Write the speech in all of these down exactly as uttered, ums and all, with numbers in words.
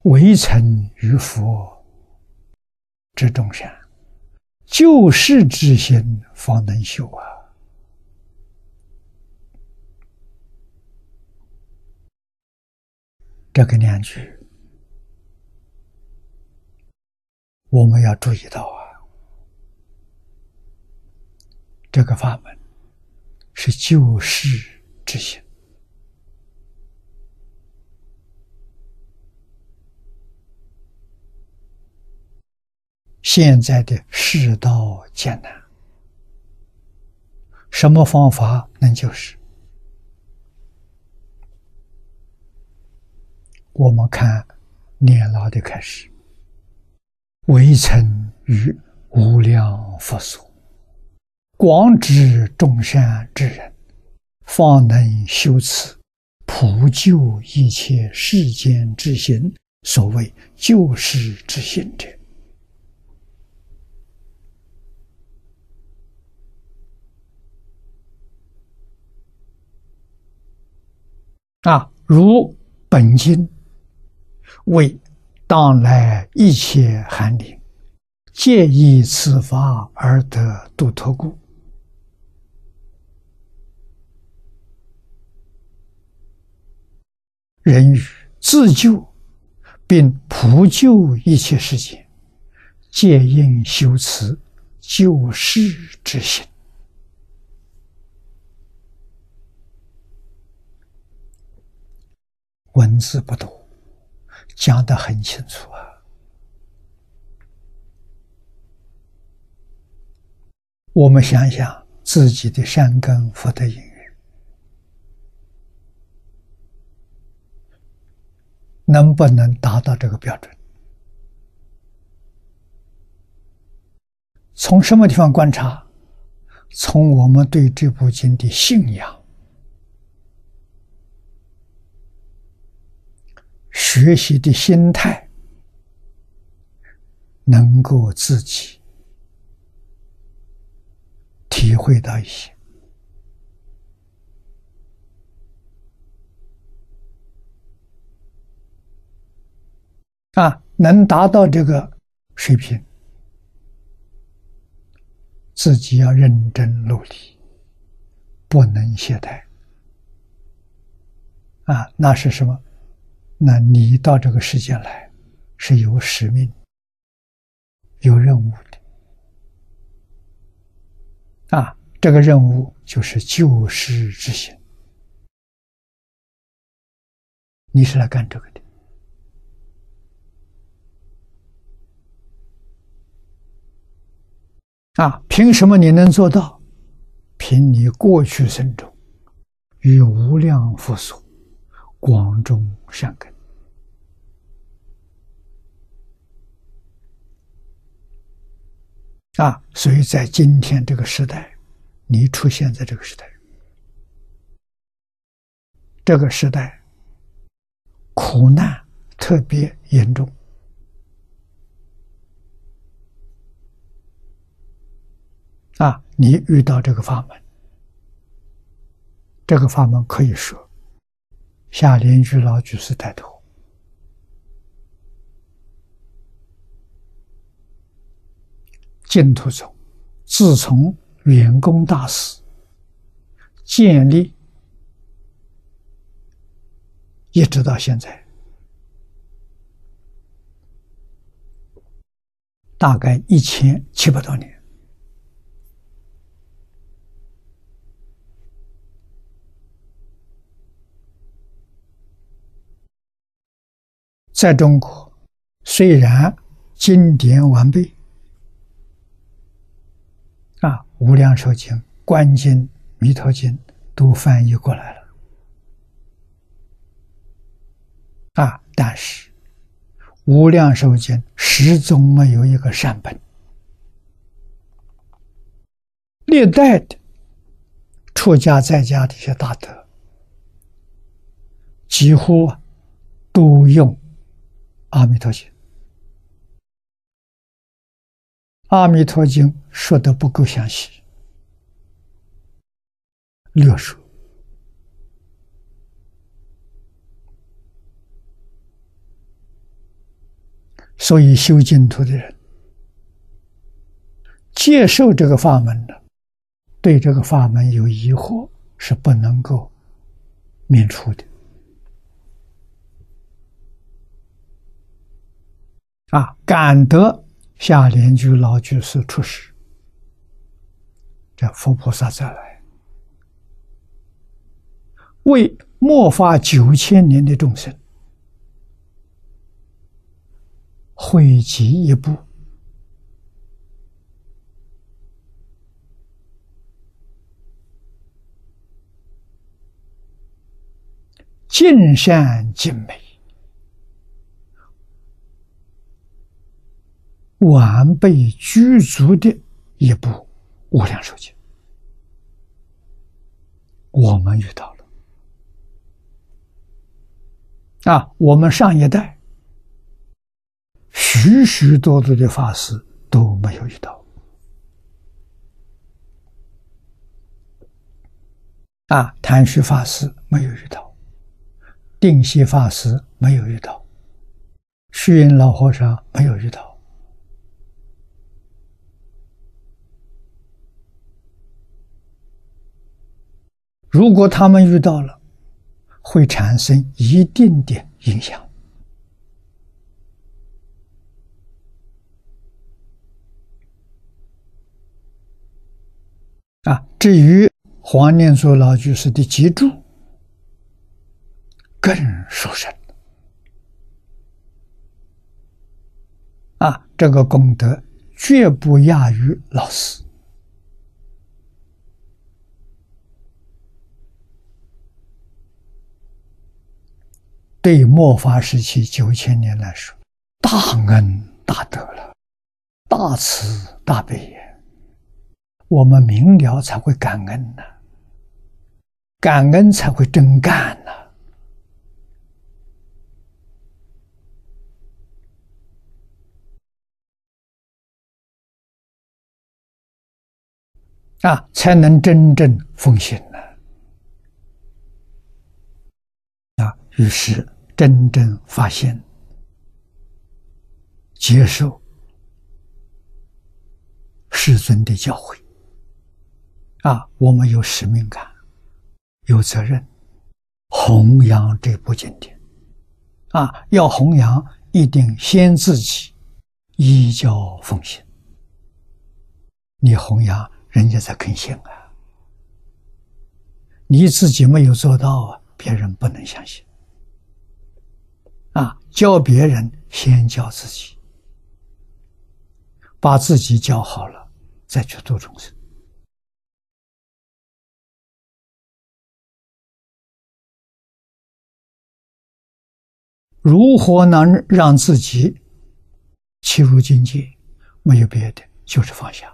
唯曾于佛之众善，救世之心方能修啊！这个两句我们要注意到啊，这个法门是救世之心。现在的世道艰难，什么方法能救世？我们看年老的开始，唯曾于无量佛所，广知众善之人，方能修此普救一切世间之行，所谓救世之行者。啊，如本经为当来一切寒灵，皆以此法而得度脱故。人欲自救，并普救一切世界，皆应修此救世之心。文字不多，讲得很清楚啊。我们想想自己的善根福德因缘，能不能达到这个标准？从什么地方观察？从我们对这部经的信仰、学习的心态，能够自己体会到一些。啊，能达到这个水平，自己要认真努力，不能懈怠。啊，那是什么？那你到这个世界来，是有使命、有任务的。啊，这个任务就是救世之心，你是来干这个的。啊，凭什么你能做到？凭你过去生中与无量佛所广种善根。啊，所以在今天这个时代，你出现在这个时代，这个时代苦难特别严重。啊，你遇到这个法门，这个法门可以说下莲居老居士带头，净土宗自从圆工大师建立，一直到现在，大概一千七百多年。在中国，虽然经典完备，啊，《无量寿经》、《观经》、《弥陀经》都翻译过来了，啊，但是《无量寿经》始终没有一个善本，历代的出家在家的一些大德，几乎都用阿弥陀经。阿弥陀经说的不够详细，略说。 所以修净土的人接受这个法门的，对这个法门有疑惑是不能够免除的。啊，感得下莲居老居士出世，这佛菩萨再来，为末法九千年的众生汇集一部尽善尽美、完备具足的一部无量寿经，我们遇到了啊！我们上一代许许多多的法师都没有遇到啊！谭虚法师没有遇到，定西法师没有遇到，虚云老和尚没有遇到。如果他们遇到了，会产生一定的影响。啊，至于黄念祖老居士的脊柱，更殊胜。啊，这个功德绝不亚于老师。对末法时期九千年来说，大恩大德了，大慈大悲也。我们明了才会感恩呢、啊，感恩才会真干呢、啊。啊，才能真正奉行呢。啊，于是真正发现、接受世尊的教诲。啊，我们有使命感，有责任，弘扬这部经典。啊，要弘扬，一定先自己依教奉行。你弘扬，人家才肯信啊。你自己没有做到啊，别人不能相信。啊，教别人先教自己，把自己教好了，再去度众生。如何能让自己契入境界？没有别的，就是放下。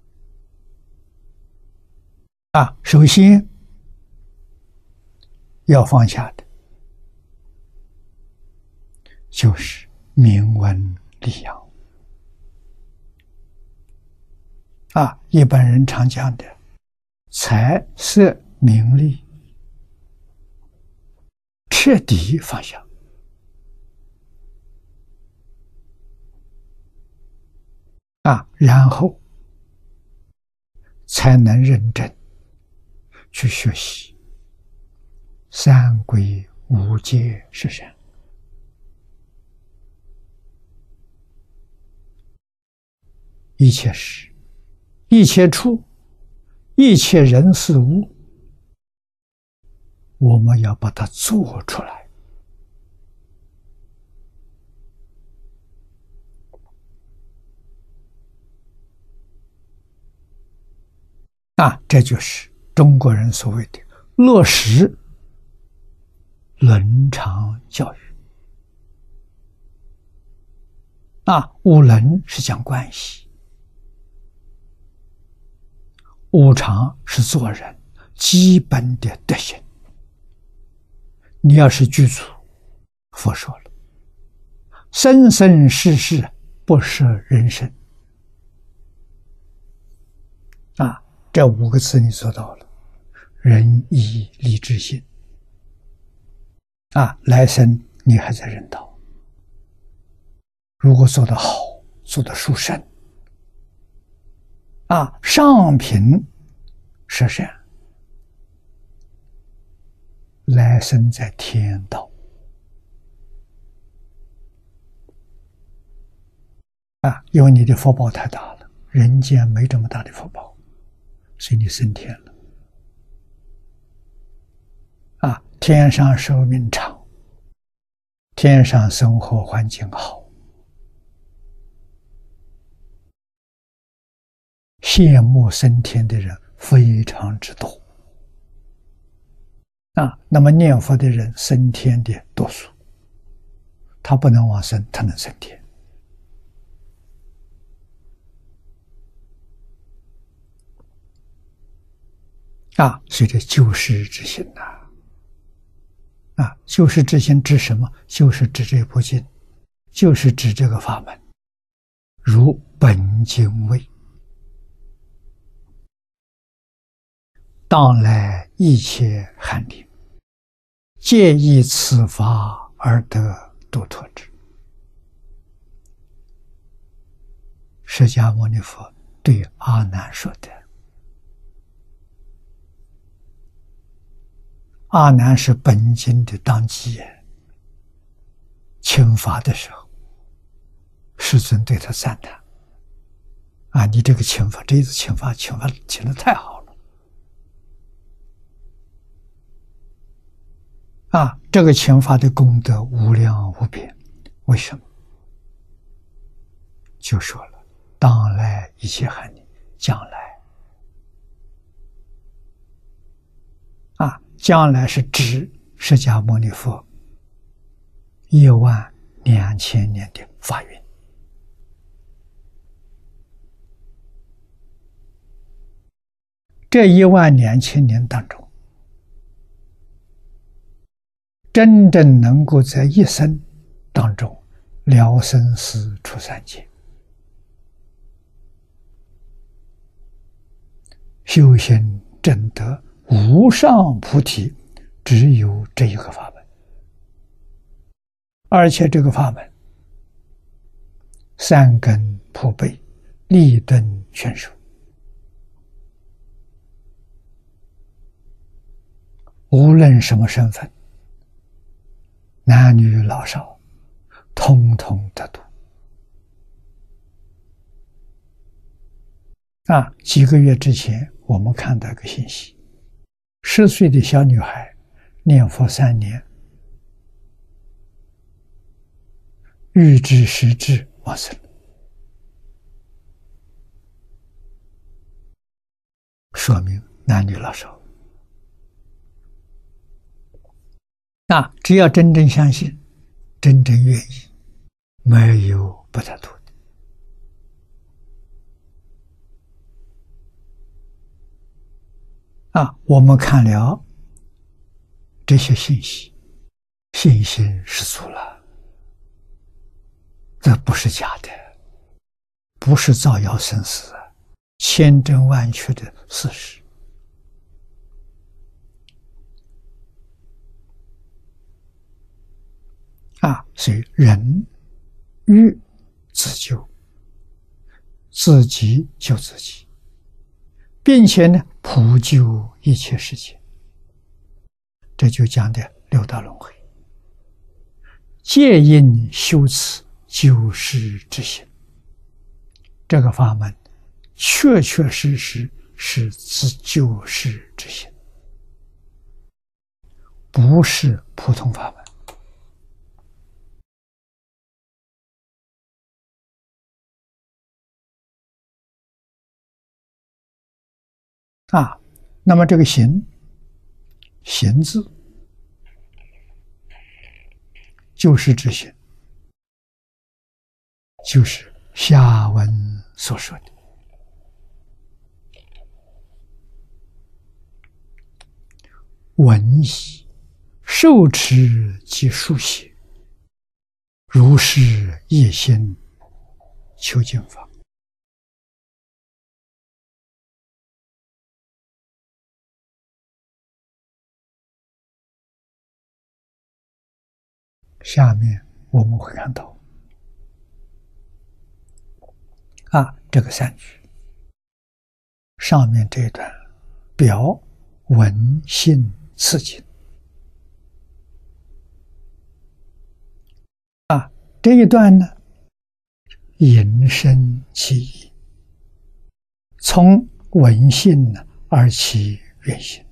啊，首先要放下的就是名闻利养。啊，一般人常讲的财色名利，彻底放下。啊，然后才能认真去学习三归五戒十善。一切事、一切处、一切人事物，我们要把它做出来。啊，这就是中国人所谓的落实伦常教育。啊，五伦是讲关系，五常是做人基本的德行。你要是具足，佛说了，生生世世不舍人生。啊，这五个字你做到了，仁义礼智信。啊，来生你还在人道。 如果做得好，做得殊胜，啊，上品摄善，来生在天道。啊，因为你的福报太大了，人间没这么大的福报，所以你升天了。啊，天上寿命长，天上生活环境好，羡慕升天的人非常之多。啊，那么念佛的人升天的多数，他不能往生，他能升天。啊，所以这救世之心呐、啊，啊，救世之心指什么？就是指这部经，就是指这个法门，如本经谓：当来一切寒灵，皆以此法而得度脱之。释迦牟尼佛对阿难说的。阿难是本经的当机人，请法的时候，世尊对他赞叹：啊，你这个请法，这一次请法，请法请得太好了！啊，这个请法的功德无量无边。为什么？就说了，当来一切寒灵，将来。啊，将来是指释迦牟尼佛一万两千年的法运。这一万两千年当中，真正能够在一生当中了生死出三界，修行证得无上菩提，只有这一个法门。而且这个法门三根普被，立顿全收，无论什么身份，男女老少，通通得度。啊，几个月之前我们看到一个信息，十岁的小女孩念佛三年，欲知时至往生了，说明男女老少啊，只要真正相信，真正愿意，没有不得度的。啊，我们看了这些信息，信心十足了，这不是假的，不是造谣生事，千真万确的事实。啊，所以人欲自救，自己救自己，并且呢，普救一切世界。这就讲的六道轮回，皆因修此救世之心。这个法门确确实实是自救世之心，不是普通法门。啊，那么这个行，行字就是之行，就是下文所说的闻习、受持及书写，如是一心求经法。下面我们会看到， 啊，这个三句上面这一段表文信次经啊，这一段呢引申其意，从文信呢而起原心。